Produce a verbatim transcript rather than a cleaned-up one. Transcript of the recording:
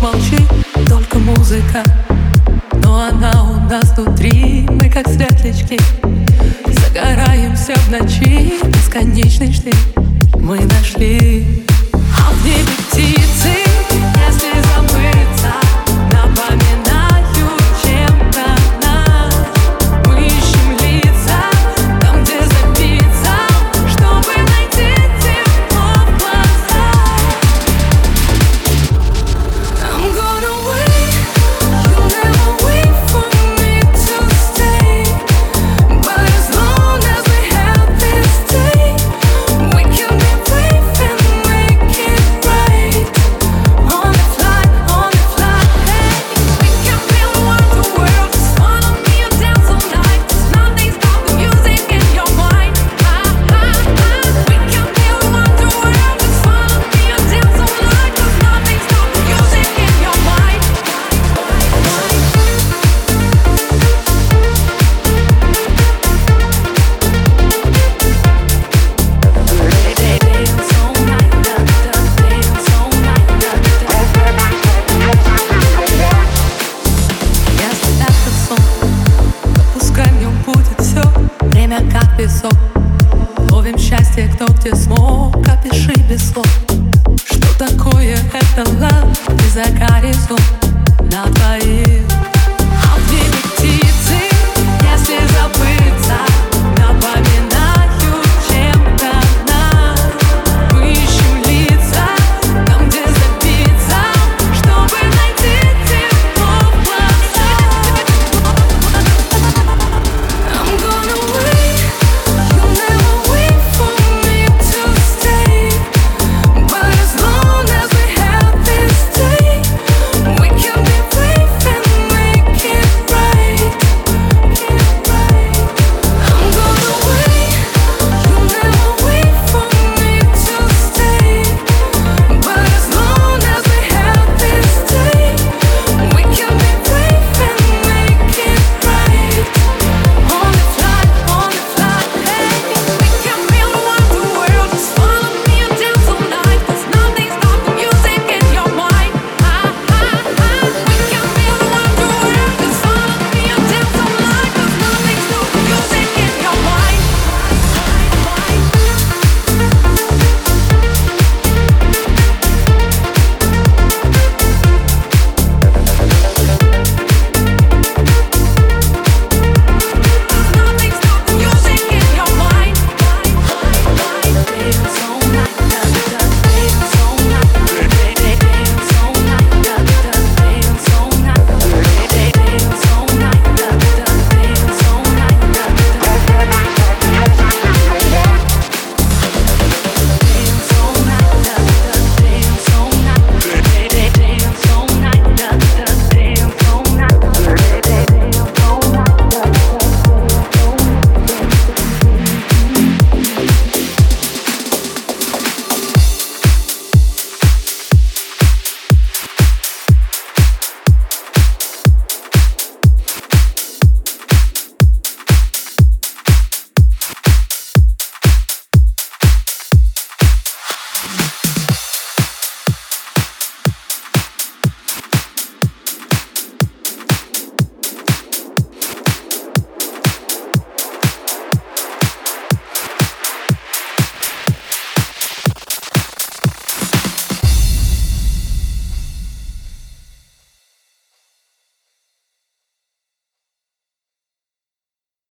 молчи, только музыка. Но она у нас внутри, мы как светлячки. Загораемся в ночи, бесконечный штиль мы нашли. А в небе птицы, если забыться, напоминают чем-то нас. Мы ищем лица там, где забиться, чтобы найти тепло в глазах. I'm gonna wait, you'll never wait for me to stay. But as long as we have this day, we can be brave and make it right. On the fly, on the fly, hey. We can feel world to world, just follow me and dance all night. Cause nothing stops the music in your mind. Ah, ah, ah. We can feel world to world, just follow me and dance all night. Cause nothing stops the music in your mind. Dance all night, da, da, dance all night, da, da. Если это сон, то пускай в нем будет все. Время как песок, ловим счастье, кто где смог.